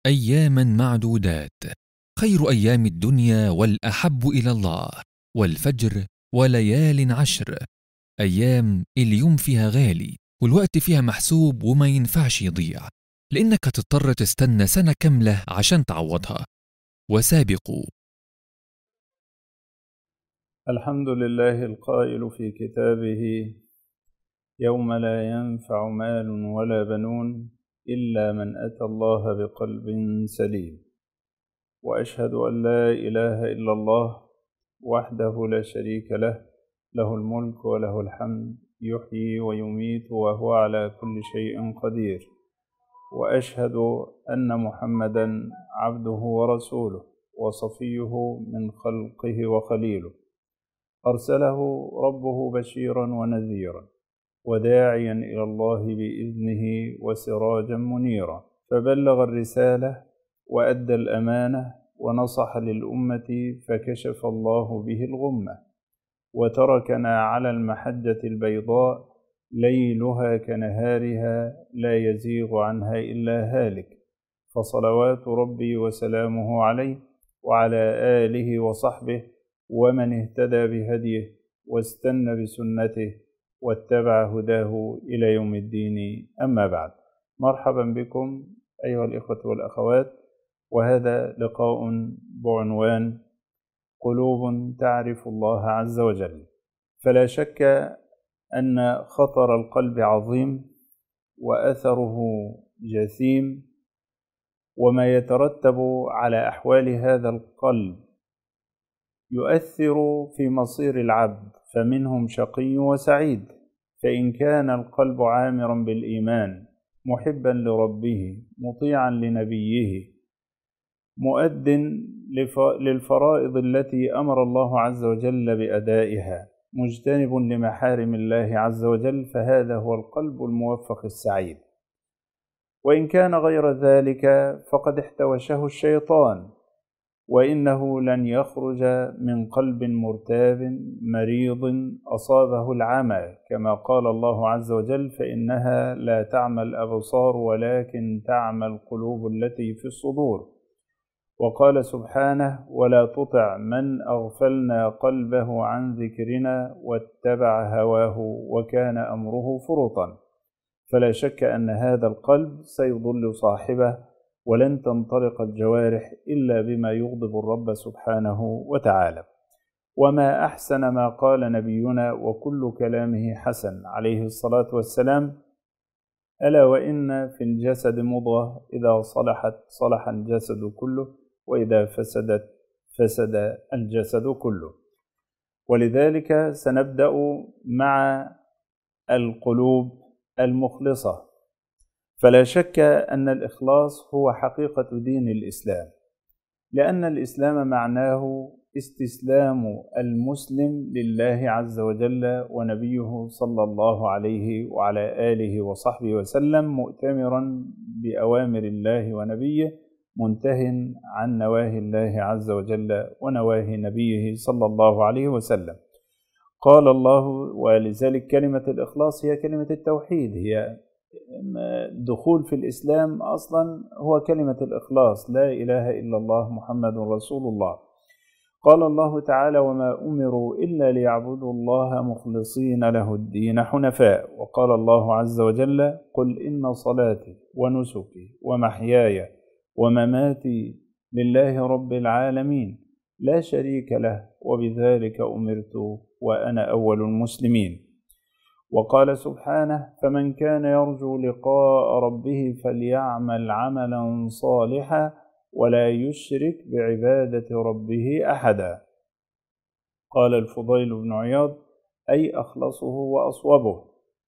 أياما معدودات، خير أيام الدنيا والأحب إلى الله، والفجر وليال عشر. أيام اليوم فيها غالي والوقت فيها محسوب وما ينفعش يضيع، لأنك هتضطر تستنى سنة كاملة عشان تعوضها. وسابقوا. الحمد لله القائل في كتابه: يوم لا ينفع مال ولا بنون إلا من أتى الله بقلب سليم. وأشهد أن لا إله إلا الله وحده لا شريك له، له الملك وله الحمد، يحيي ويميت وهو على كل شيء قدير. وأشهد أن محمدا عبده ورسوله وصفيه من خلقه وخليله، أرسله ربه بشيرا ونذيرا وداعيا إلى الله بإذنه وسراجا منيرا، فبلغ الرسالة وأدى الأمانة ونصح للأمة فكشف الله به الغمة، وتركنا على المحجة البيضاء ليلها كنهارها لا يزيغ عنها إلا هالك. فصلوات ربي وسلامه عليه وعلى آله وصحبه ومن اهتدى بهديه واستنى بسنته واتبع هداه إلى يوم الدين. أما بعد، مرحبا بكم أيها الإخوة والأخوات، وهذا لقاء بعنوان قلوب تعرف الله عز وجل. فلا شك أن خطر القلب عظيم وأثره جسيم، وما يترتب على أحوال هذا القلب يؤثر في مصير العبد، فمنهم شقي وسعيد. فإن كان القلب عامرا بالإيمان محبا لربه مطيعا لنبيه مؤد للفرائض التي أمر الله عز وجل بأدائها، مجتنب لمحارم الله عز وجل، فهذا هو القلب الموفق السعيد. وإن كان غير ذلك فقد احتوشه الشيطان، وإنه لن يخرج من قلب مرتاب مريض أصابه العمى، كما قال الله عز وجل: فإنها لا تعمى الأبصار ولكن تعمى القلوب التي في الصدور. وقال سبحانه: ولا تطع من أغفلنا قلبه عن ذكرنا واتبع هواه وكان أمره فرطا. فلا شك أن هذا القلب سيضل صاحبه، ولن تنطلق الجوارح إلا بما يغضب الرب سبحانه وتعالى. وما أحسن ما قال نبينا وكل كلامه حسن عليه الصلاة والسلام: ألا وإن في الجسد مضغة إذا صلحت صلح الجسد كله، وإذا فسدت فسد الجسد كله. ولذلك سنبدأ مع القلوب المخلصة. فلا شك أن الإخلاص هو حقيقة دين الإسلام، لأن الإسلام معناه استسلام المسلم لله عز وجل ونبيه صلى الله عليه وعلى آله وصحبه وسلم، مؤتمرا بأوامر الله ونبيه، منتهٍ عن نواهي الله عز وجل ونواهي نبيه صلى الله عليه وسلم. قال الله: ولذلك كلمة الإخلاص هي كلمة التوحيد، هي دخول في الإسلام أصلا هو كلمة الإخلاص، لا إله إلا الله محمد رسول الله. قال الله تعالى: وما أمروا إلا ليعبدوا الله مخلصين له الدين حنفاء. وقال الله عز وجل: قل إن صلاتي ونسكي ومحياي ومماتي لله رب العالمين لا شريك له وبذلك أمرت وأنا أول المسلمين. وقال سبحانه: فمن كان يرجو لقاء ربه فليعمل عملا صالحا ولا يشرك بعبادة ربه أحدا. قال الفضيل بن عياض: أي أخلصه وأصوبه.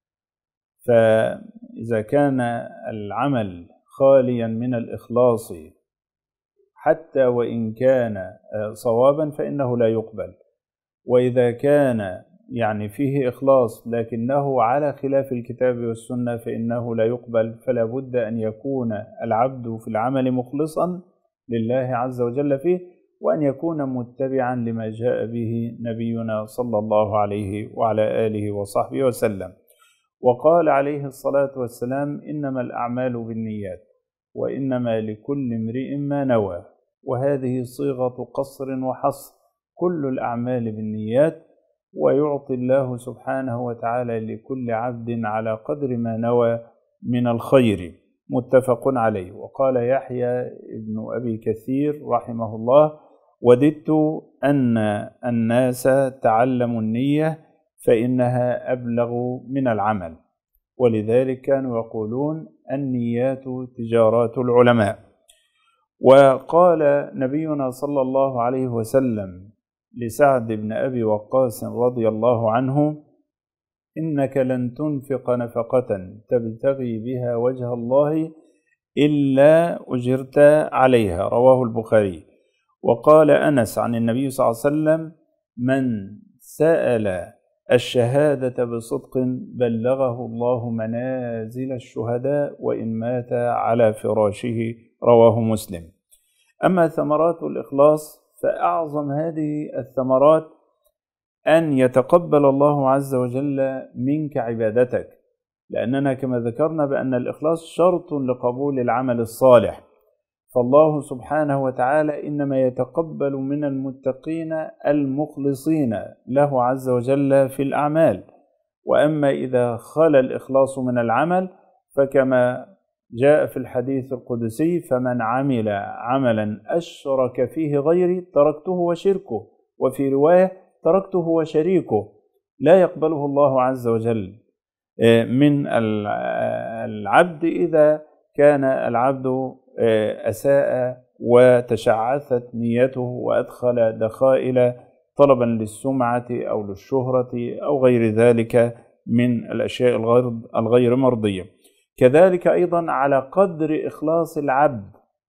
فإذا كان العمل خاليا من الإخلاص حتى وإن كان صوابا فإنه لا يقبل، وإذا كان فيه إخلاص لكنه على خلاف الكتاب والسنة فإنه لا يقبل. فلا بد أن يكون العبد في العمل مخلصا لله عز وجل فيه، وأن يكون متبعا لما جاء به نبينا صلى الله عليه وعلى آله وصحبه وسلم. وقال عليه الصلاة والسلام: إنما الأعمال بالنيات، وإنما لكل امرئ ما نوى. وهذه صيغة قصر وحصر، كل الأعمال بالنيات، ويعطي الله سبحانه وتعالى لكل عبد على قدر ما نوى من الخير، متفق عليه. وقال يحيى ابن أبي كثير رحمه الله: وددت أن الناس تعلموا النية فإنها أبلغ من العمل، ولذلك كانوا يقولون النيات تجارات العلماء. وقال نبينا صلى الله عليه وسلم لسعد بن أبي وقاص رضي الله عنه: إنك لن تنفق نفقة تبتغي بها وجه الله إلا أجرت عليها، رواه البخاري. وقال أنس عن النبي صلى الله عليه وسلم: من سأل الشهادة بصدق بلغه الله منازل الشهداء وإن مات على فراشه، رواه مسلم. أما ثمرات الإخلاص فأعظم هذه الثمرات أن يتقبل الله عز وجل منك عبادتك، لأننا كما ذكرنا بأن الإخلاص شرط لقبول العمل الصالح، فالله سبحانه وتعالى إنما يتقبل من المتقين المخلصين له عز وجل في الأعمال. وأما إذا خلا الإخلاص من العمل فكما جاء في الحديث القدسي: فمن عمل عملا أشرك فيه غيري تركته وشركه، وفي رواية: تركته وشريكه. لا يقبله الله عز وجل من العبد إذا كان العبد أساء وتشعثت نيته وأدخل دخائل طلبا للسمعة أو للشهرة أو غير ذلك من الأشياء الغير مرضية. كذلك أيضا على قدر إخلاص العبد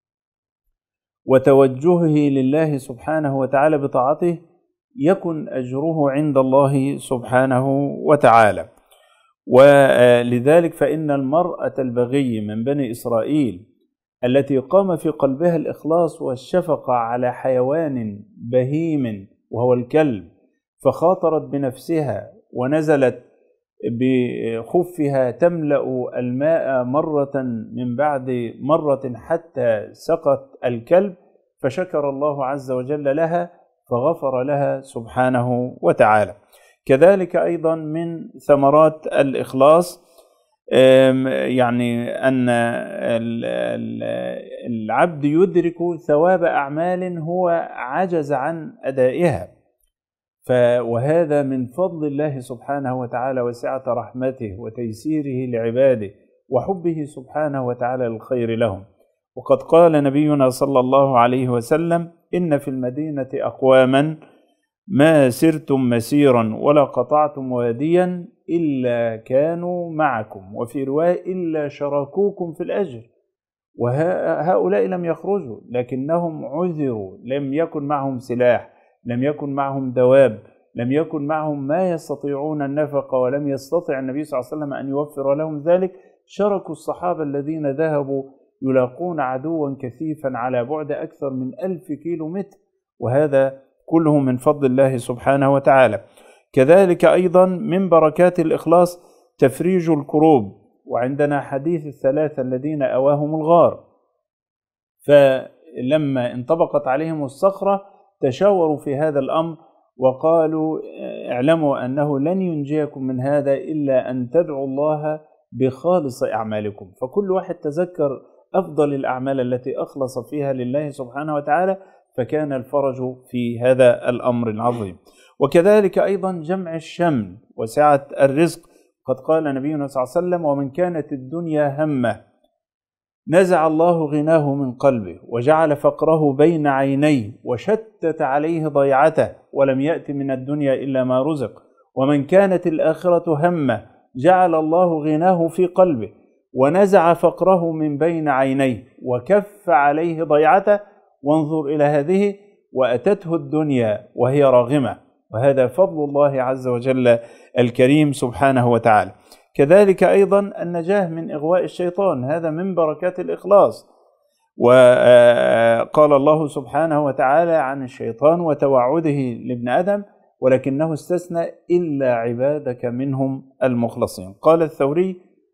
وتوجهه لله سبحانه وتعالى بطاعته يكن أجره عند الله سبحانه وتعالى. ولذلك فإن المرأة البغي من بني إسرائيل التي قام في قلبها الإخلاص والشفقة على حيوان بهيم وهو الكلب، فخاطرت بنفسها ونزلت بخفها تملأ الماء مرة من بعد مرة حتى سقت الكلب، فشكر الله عز وجل لها فغفر لها سبحانه وتعالى. كذلك أيضا من ثمرات الإخلاص يعني أن العبد يدرك ثواب أعمال هو عجز عن أدائها، وهذا من فضل الله سبحانه وتعالى وسعة رحمته وتيسيره لعباده وحبه سبحانه وتعالى للخير لهم. وقد قال نبينا صلى الله عليه وسلم: إن في المدينة أقواما ما سرتم مسيرا ولا قطعتم واديا إلا كانوا معكم، وفي رواية: إلا شاركوكم في الأجر. وهؤلاء لم يخرجوا لكنهم عذروا، لم يكن معهم سلاح، لم يكن معهم دواب، لم يكن معهم ما يستطيعون النفقة، ولم يستطع النبي صلى الله عليه وسلم أن يوفر لهم ذلك. شاركوا الصحابة الذين ذهبوا يلاقون عدوا كثيفا على بعد أكثر من 1000 كيلو متر، وهذا كله من فضل الله سبحانه وتعالى. كذلك أيضا من بركات الإخلاص تفريج الكروب، وعندنا حديث الثلاثة الذين أواهم الغار، فلما انطبقت عليهم الصخرة تشاوروا في هذا الأمر وقالوا: اعلموا أنه لن ينجيكم من هذا إلا أن تدعوا الله بخالص أعمالكم. فكل واحد تذكر أفضل الأعمال التي أخلص فيها لله سبحانه وتعالى، فكان الفرج في هذا الأمر العظيم. وكذلك أيضا جمع الشمل وسعة الرزق. قد قال نبينا صلى الله عليه وسلم: ومن كانت الدنيا همه نزع الله غناه من قلبه وجعل فقره بين عينيه وشتت عليه ضيعته ولم يأت من الدنيا إلا ما رزق. ومن كانت الآخرة همه جعل الله غناه في قلبه ونزع فقره من بين عينيه وكف عليه ضيعته. وانظر إلى هذه: وأتته الدنيا وهي راغمة. وهذا فضل الله عز وجل الكريم سبحانه وتعالى. كذلك أيضا النجاة من إغواء الشيطان، هذا من بركات الإخلاص. وقال الله سبحانه وتعالى عن الشيطان وتوعده لابن آدم: ولكنه استثنى إلا عبادك منهم المخلصين. قال الثوري: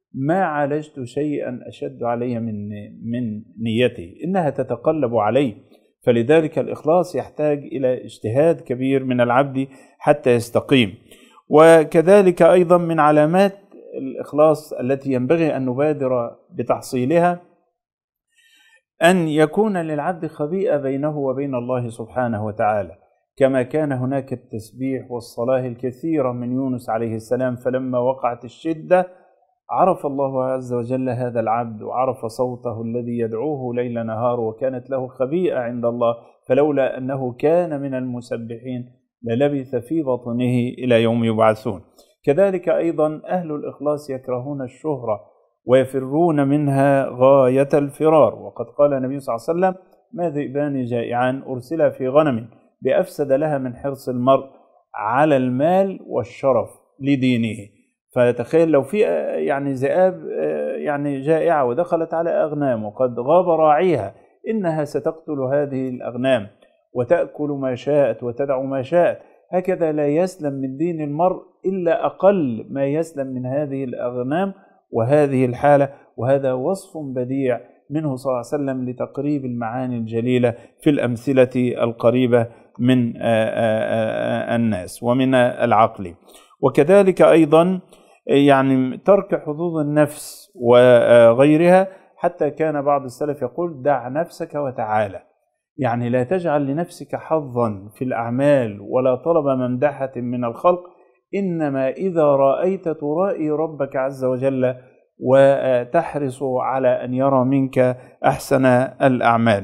ما عالجت شيئا أشد علي من نيتي، إنها تتقلب علي. فلذلك الإخلاص يحتاج إلى اجتهاد كبير من العبد حتى يستقيم. وكذلك أيضا من علامات الإخلاص التي ينبغي أن نبادر بتحصيلها أن يكون للعبد خبيئة بينه وبين الله سبحانه وتعالى، كما كان هناك التسبيح والصلاة الكثيرة من يونس عليه السلام، فلما وقعت الشدة عرف الله عز وجل هذا العبد وعرف صوته الذي يدعوه ليل نهار، وكانت له خبيئة عند الله، فلولا أنه كان من المسبحين للبث في بطنه إلى يوم يبعثون. كذلك أيضا أهل الإخلاص يكرهون الشهرة ويفرون منها غاية الفرار، وقد قال النبي صلى الله عليه وسلم: ما ذئبان جائعان أرسلا في غنم بأفسد لها من حرص المرء على المال والشرف لدينه. فتخيل لو في يعني ذئاب يعني جائعة ودخلت على أغنام وقد غاب راعيها، إنها ستقتل هذه الأغنام وتأكل ما شاءت وتدع ما شاءت. هكذا لا يسلم من دين المرء إلا أقل ما يسلم من هذه الأغنام وهذه الحالة. وهذا وصف بديع منه صلى الله عليه وسلم لتقريب المعاني الجليلة في الأمثلة القريبة من الناس ومن العقل. وكذلك أيضا يعني ترك حظوظ النفس وغيرها، حتى كان بعض السلف يقول: دع نفسك وتعالى، يعني لا تجعل لنفسك حظا في الأعمال ولا طلب ممدحة من الخلق، إنما إذا رأيت ترائي ربك عز وجل وتحرص على أن يرى منك أحسن الأعمال.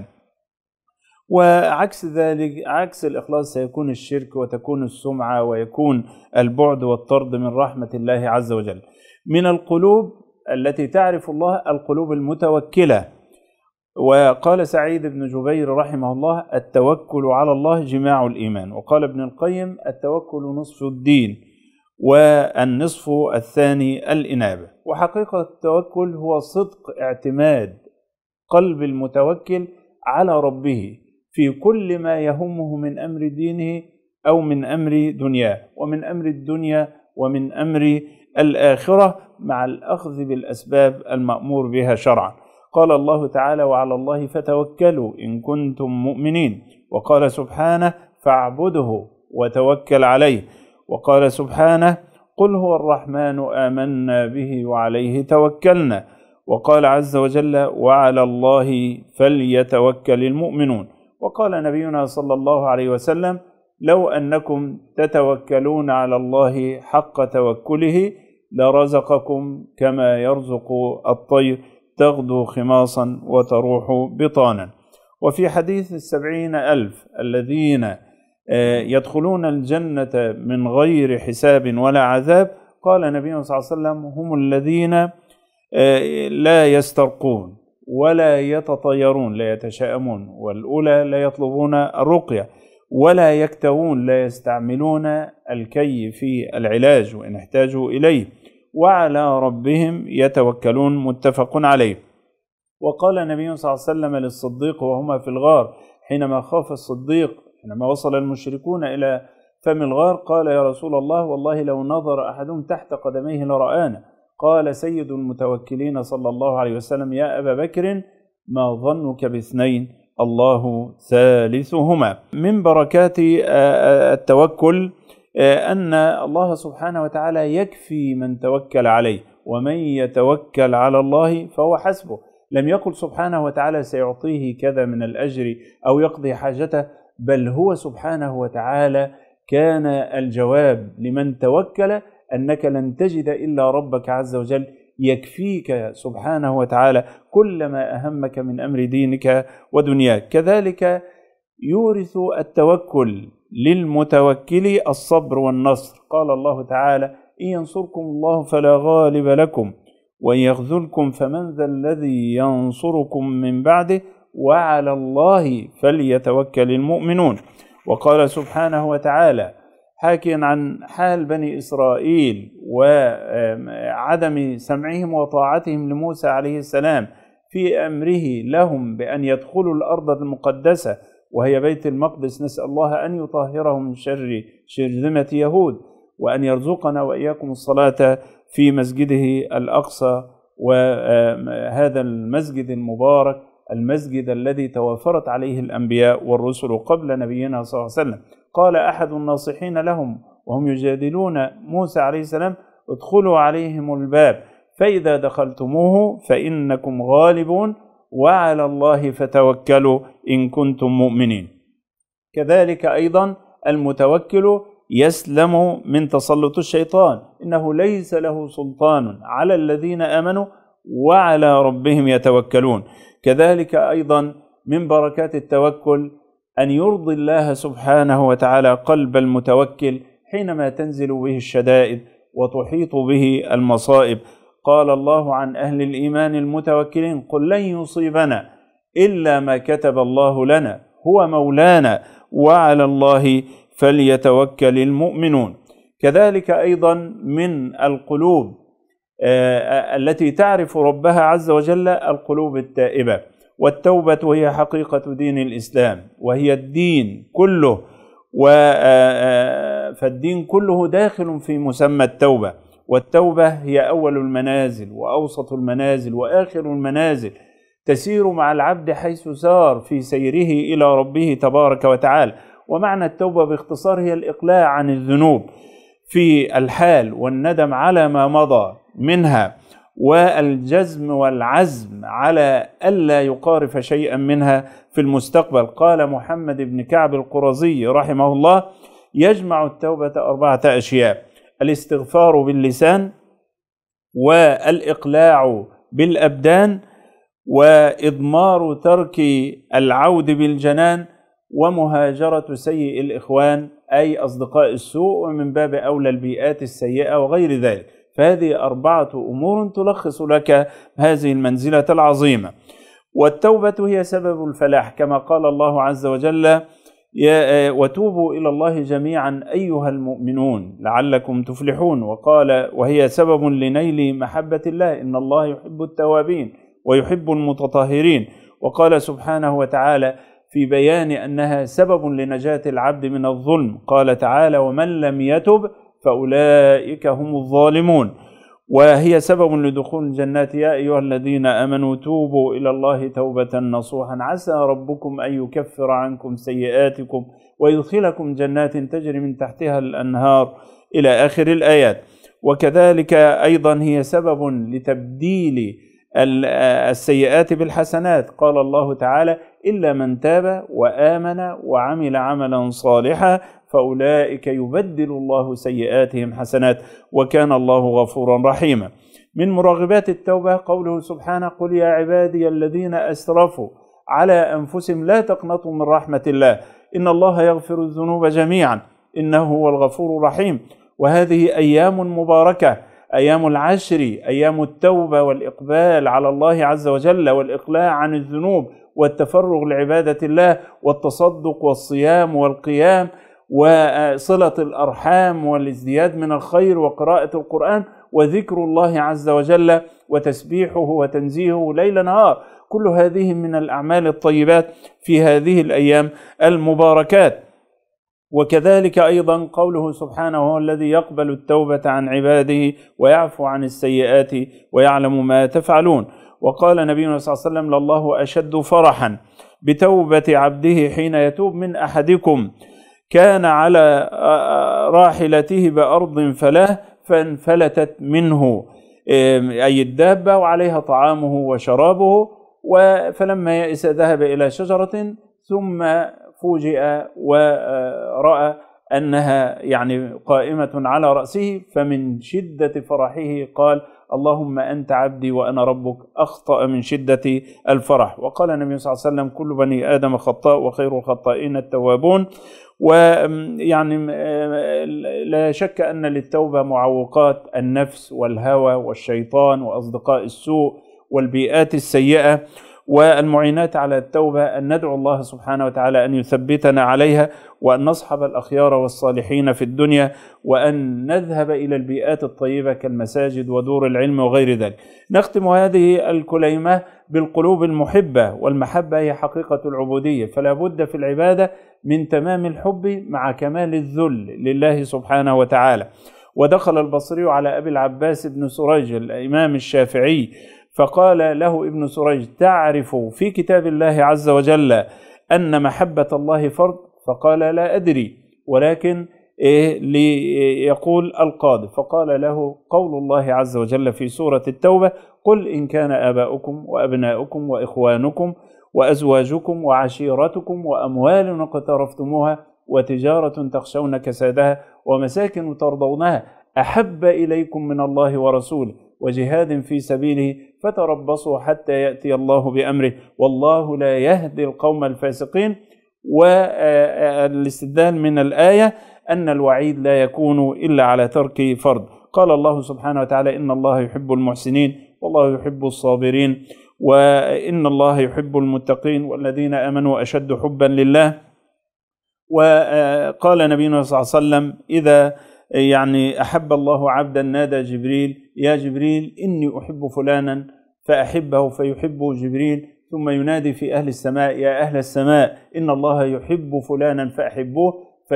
وعكس ذلك، عكس الإخلاص سيكون الشرك وتكون السمعة ويكون البعد والطرد من رحمة الله عز وجل. من القلوب التي تعرف الله القلوب المتوكلة. وقال سعيد بن جبير رحمه الله: التوكل على الله جماع الإيمان. وقال ابن القيم: التوكل نصف الدين والنصف الثاني الإنابة. وحقيقة التوكل هو صدق اعتماد قلب المتوكل على ربه في كل ما يهمه من أمر دينه أو من أمر دنياه، ومن أمر الدنيا ومن أمر الآخرة، مع الأخذ بالأسباب المأمور بها شرعا. قال الله تعالى: وعلى الله فتوكلوا إن كنتم مؤمنين. وقال سبحانه: فاعبده وتوكل عليه. وقال سبحانه: قل هو الرحمن آمنا به وعليه توكلنا. وقال عز وجل: وعلى الله فليتوكل المؤمنون. وقال نبينا صلى الله عليه وسلم: لو أنكم تتوكلون على الله حق توكله لرزقكم كما يرزق الطير تغدو خماصا وتروح بطانا. وفي حديث 70,000 الذين يدخلون الجنة من غير حساب ولا عذاب، قال النبي صلى الله عليه وسلم: هم الذين لا يسترقون ولا يتطيرون، لا يتشائمون، والأولى لا يطلبون الرقية، ولا يكتوون، لا يستعملون الكي في العلاج وإن احتاجوا إليه، وعلى ربهم يتوكلون. متفق عليه. وقال النبي صلى الله عليه وسلم للصديق وهما في الغار حينما خاف الصديق حينما وصل المشركون إلى فم الغار، قال: يا رسول الله، والله لو نظر أحدهم تحت قدميه لرآنا. قال سيد المتوكلين صلى الله عليه وسلم: يا أبا بكر، ما ظنك باثنين الله ثالثهما. من بركات التوكل أن الله سبحانه وتعالى يكفي من توكل عليه، ومن يتوكل على الله فهو حسبه. لم يقل سبحانه وتعالى سيعطيه كذا من الأجر أو يقضي حاجته، بل هو سبحانه وتعالى كان الجواب لمن توكل أنك لن تجد إلا ربك عز وجل يكفيك سبحانه وتعالى كل ما أهمك من أمر دينك ودنياك. كذلك يورث التوكل للمتوكل الصبر والنصر. قال الله تعالى: إن ينصركم الله فلا غالب لكم وإن يخذلكم فمن ذا الذي ينصركم من بعده وعلى الله فليتوكل المؤمنون. وقال سبحانه وتعالى حاكيا عن حال بني إسرائيل وعدم سمعهم وطاعتهم لموسى عليه السلام في أمره لهم بأن يدخلوا الأرض المقدسة وهي بيت المقدس، نسأل الله أن يطهره من شر شرذمة يهود، وأن يرزقنا وإياكم الصلاة في مسجده الأقصى وهذا المسجد المبارك المسجد الذي توافرت عليه الأنبياء والرسل قبل نبينا صلى الله عليه وسلم. قال أحد الناصحين لهم وهم يجادلون موسى عليه السلام: ادخلوا عليهم الباب فإذا دخلتموه فإنكم غالبون وعلى الله فتوكلوا إن كنتم مؤمنين. كذلك أيضا المتوكل يسلم من تسلط الشيطان، إنه ليس له سلطان على الذين آمنوا وعلى ربهم يتوكلون. كذلك أيضا من بركات التوكل أن يرضي الله سبحانه وتعالى قلب المتوكل حينما تنزل به الشدائد وتحيط به المصائب. قال الله عن أهل الإيمان المتوكلين: قل لن يصيبنا إلا ما كتب الله لنا هو مولانا وعلى الله فليتوكل المؤمنون. كذلك أيضا من القلوب التي تعرف ربها عز وجل القلوب التائبة، والتوبة هي حقيقة دين الإسلام وهي الدين كله، فالدين كله داخل في مسمى التوبة. والتوبة هي أول المنازل وأوسط المنازل وآخر المنازل، تسير مع العبد حيث سار في سيره إلى ربه تبارك وتعالى. ومعنى التوبة باختصار هي الإقلاع عن الذنوب في الحال والندم على ما مضى منها، والجزم والعزم على ألا يقارف شيئا منها في المستقبل. قال محمد بن كعب القرظي رحمه الله: يجمع التوبة 4 أشياء: الاستغفار باللسان، والإقلاع بالأبدان، وإضمار ترك العود بالجنان، ومهاجرة سيء الإخوان أي أصدقاء السوء، ومن باب أولى البيئات السيئة وغير ذلك. فهذه 4 أمور تلخص لك هذه المنزلة العظيمة. والتوبة هي سبب الفلاح، كما قال الله عز وجل: وتوبوا إلى الله جميعا أيها المؤمنون لعلكم تفلحون. وقال: وهي سبب لنيل محبة الله، إن الله يحب التوابين ويحب المتطهرين. وقال سبحانه وتعالى في بيان أنها سبب لنجاة العبد من الظلم، قال تعالى: ومن لم يتب فأولئك هم الظالمون. وهي سبب لدخول الجنات، يا أيها الذين آمنوا توبوا إلى الله توبة نصوحا عسى ربكم أن يكفر عنكم سيئاتكم ويدخلكم جنات تجري من تحتها الأنهار إلى آخر الآيات. وكذلك أيضا هي سبب لتبديل السيئات بالحسنات، قال الله تعالى: إلا من تاب وآمن وعمل عملا صالحا فأولئك يبدل الله سيئاتهم حسنات وكان الله غفورا رحيما. من مراغبات التوبة قوله سبحانه: قل يا عبادي الذين أسرفوا على أنفسهم لا تقنطوا من رحمة الله إن الله يغفر الذنوب جميعا إنه هو الغفور الرحيم. وهذه أيام مباركة، أيام العشر، أيام التوبة والإقبال على الله عز وجل والإقلاع عن الذنوب والتفرغ لعبادة الله والتصدق والصيام والقيام وصلة الأرحام والازدياد من الخير وقراءة القرآن وذكر الله عز وجل وتسبيحه وتنزيهه ليل نهار. كل هذه من الأعمال الطيبات في هذه الأيام المباركات. وكذلك أيضا قوله سبحانه: هو الذي يقبل التوبة عن عباده ويعفو عن السيئات ويعلم ما تفعلون. وقال نبينا صلى الله عليه وسلم: لله أشد فرحا بتوبة عبده حين يتوب من أحدكم كان على راحلته بأرض فلاه فانفلتت منه، أي الدابة، وعليها طعامه وشرابه، فلما يئس ذهب إلى شجرة ثم فوجئ ورأى أنها قائمة على رأسه، فمن شدة فرحه قال: اللهم أنت عبدي وأنا ربك، أخطأ من شدة الفرح. وقال النبي صلى الله عليه وسلم: كل بني آدم خطاء وخير الخطائين التوابون. لا شك أن للتوبة معوقات: النفس والهوى والشيطان وأصدقاء السوء والبيئات السيئة. والمعينات على التوبة أن ندعو الله سبحانه وتعالى أن يثبتنا عليها، وأن نصحب الأخيار والصالحين في الدنيا، وأن نذهب إلى البيئات الطيبة كالمساجد ودور العلم وغير ذلك. نختم هذه الكليمة بالقلوب المحبة، والمحبة هي حقيقة العبودية، فلا بد في العبادة من تمام الحب مع كمال الذل لله سبحانه وتعالى. ودخل البصري على أبي العباس بن سريج الإمام الشافعي فقال له ابن سريج: تعرف في كتاب الله عز وجل أن محبة الله فرض؟ فقال: لا أدري، ولكن ليقول القاضي. فقال له قول الله عز وجل في سورة التوبة: قل إن كان آباؤكم وأبناؤكم وإخوانكم وأزواجكم وعشيرتكم وأموال اقترفتموها وتجارة تخشون كسادها ومساكن ترضونها أحب إليكم من الله ورسوله وجهاد في سبيله فتربصوا حتى يأتي الله بأمره والله لا يهدي القوم الفاسقين. والاستدلال من الآية أن الوعيد لا يكون إلا على ترك فرض. قال الله سبحانه وتعالى: إن الله يحب المحسنين والله يحب الصابرين وإن الله يحب المتقين والذين آمنوا أشد حبا لله. وقال نبينا صلى الله عليه وسلم: إذا أحب الله عبدا نادى جبريل: يا جبريل إني أحب فلانا فأحبه، فيحبه جبريل، ثم ينادي في أهل السماء: يا أهل السماء إن الله يحب فلانا فأحبوه،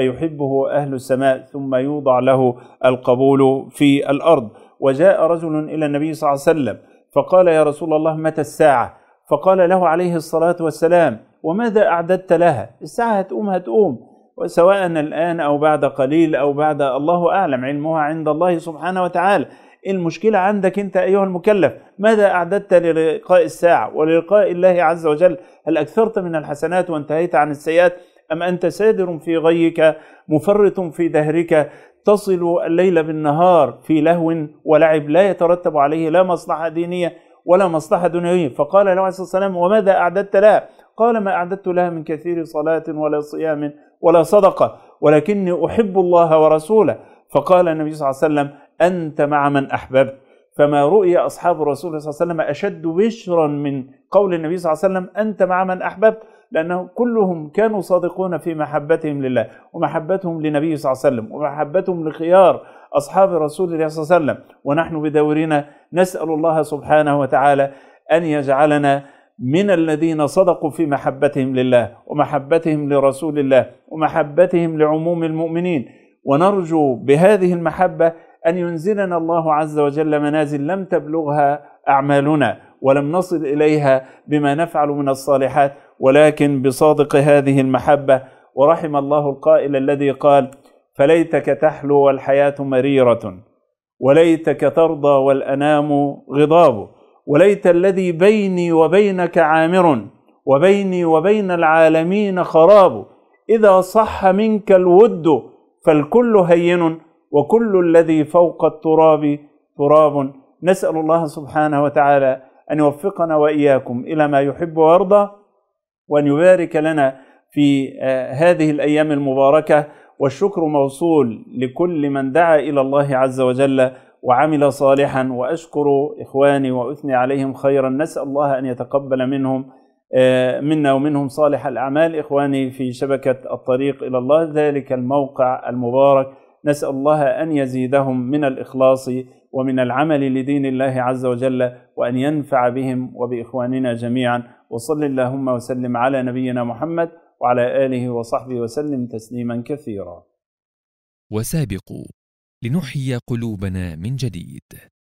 فيحبه أهل السماء، ثم يوضع له القبول في الأرض. وجاء رجل إلى النبي صلى الله عليه وسلم فقال: يا رسول الله متى الساعة؟ فقال له عليه الصلاة والسلام: وماذا أعددت لها؟ الساعة هتقوم، سواء الآن أو بعد قليل أو بعد، الله أعلم، علمها عند الله سبحانه وتعالى. المشكلة عندك أنت أيها المكلف، ماذا أعددت للقاء الساعة وللقاء الله عز وجل؟ هل أكثرت من الحسنات وانتهيت عن السيئات، أم أنت سادر في غيك مفرط في دهرك تصل الليل بالنهار في لهو ولعب لا يترتب عليه لا مصلحة دينية ولا مصلحة دنيوية؟ فقال له عليه الصلاة والسلام: وماذا أعددت لها؟ قال: ما أعددت لها من كثير صلاة ولا صيام ولا صدقة، ولكني أحب الله ورسوله. فقال النبي صلى الله عليه وسلم: أنت مع من أحببت. فما رؤي أصحاب الرسول صلى الله عليه وسلم أشد بشرا من قول النبي صلى الله عليه وسلم: أنت مع من أحببت، لأنه كلهم كانوا صادقون في محبتهم لله ومحبتهم لنبي صلى الله عليه وسلم ومحبتهم لخيار أصحاب رسول الله صلى الله عليه وسلم. ونحن بدورنا نسأل الله سبحانه وتعالى أن يجعلنا من الذين صدقوا في محبتهم لله ومحبتهم لرسول الله ومحبتهم لعموم المؤمنين، ونرجو بهذه المحبة أن ينزلنا الله عز وجل منازل لم تبلغها أعمالنا ولم نصل إليها بما نفعل من الصالحات، ولكن بصادق هذه المحبة. ورحم الله القائل الذي قال: فليتك تحلو والحياة مريرة، وليتك ترضى والأنام غضاب، وليت الذي بيني وبينك عامر، وبيني وبين العالمين خراب، إذا صح منك الود فالكل هين، وكل الذي فوق التراب تراب. نسأل الله سبحانه وتعالى أن يوفقنا وإياكم إلى ما يحب ويرضى، وأن يبارك لنا في هذه الأيام المباركة. والشكر موصول لكل من دعا إلى الله عز وجل وعمل صالحا، وأشكر إخواني وأثني عليهم خيرا. نسأل الله أن يتقبل منهم منا ومنهم صالح الأعمال. إخواني في شبكة الطريق إلى الله، ذلك الموقع المبارك، نسأل الله أن يزيدهم من الإخلاص ومن العمل لدين الله عز وجل، وأن ينفع بهم وبإخواننا جميعا. وصل اللهم وسلم على نبينا محمد وعلى آله وصحبه وسلم تسليما كثيرا. وسابقوا لنحيي قلوبنا من جديد.